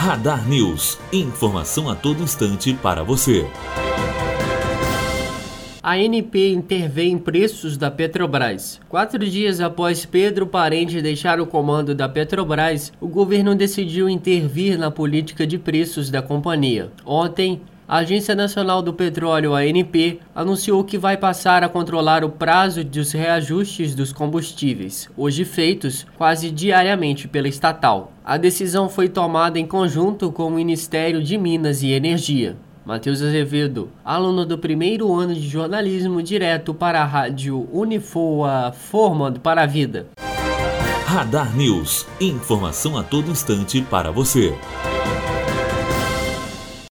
Radar News. Informação a todo instante para você. A ANP intervém em preços da Petrobras. 4 dias após Pedro Parente deixar o comando da Petrobras, o governo decidiu intervir na política de preços da companhia. Ontem, a Agência Nacional do Petróleo, ANP, anunciou que vai passar a controlar o prazo dos reajustes dos combustíveis, hoje feitos quase diariamente pela estatal. A decisão foi tomada em conjunto com o Ministério de Minas e Energia. Matheus Azevedo, aluno do primeiro ano de jornalismo, direto para a rádio Unifoa, formando para a vida. Radar News. Informação a todo instante para você.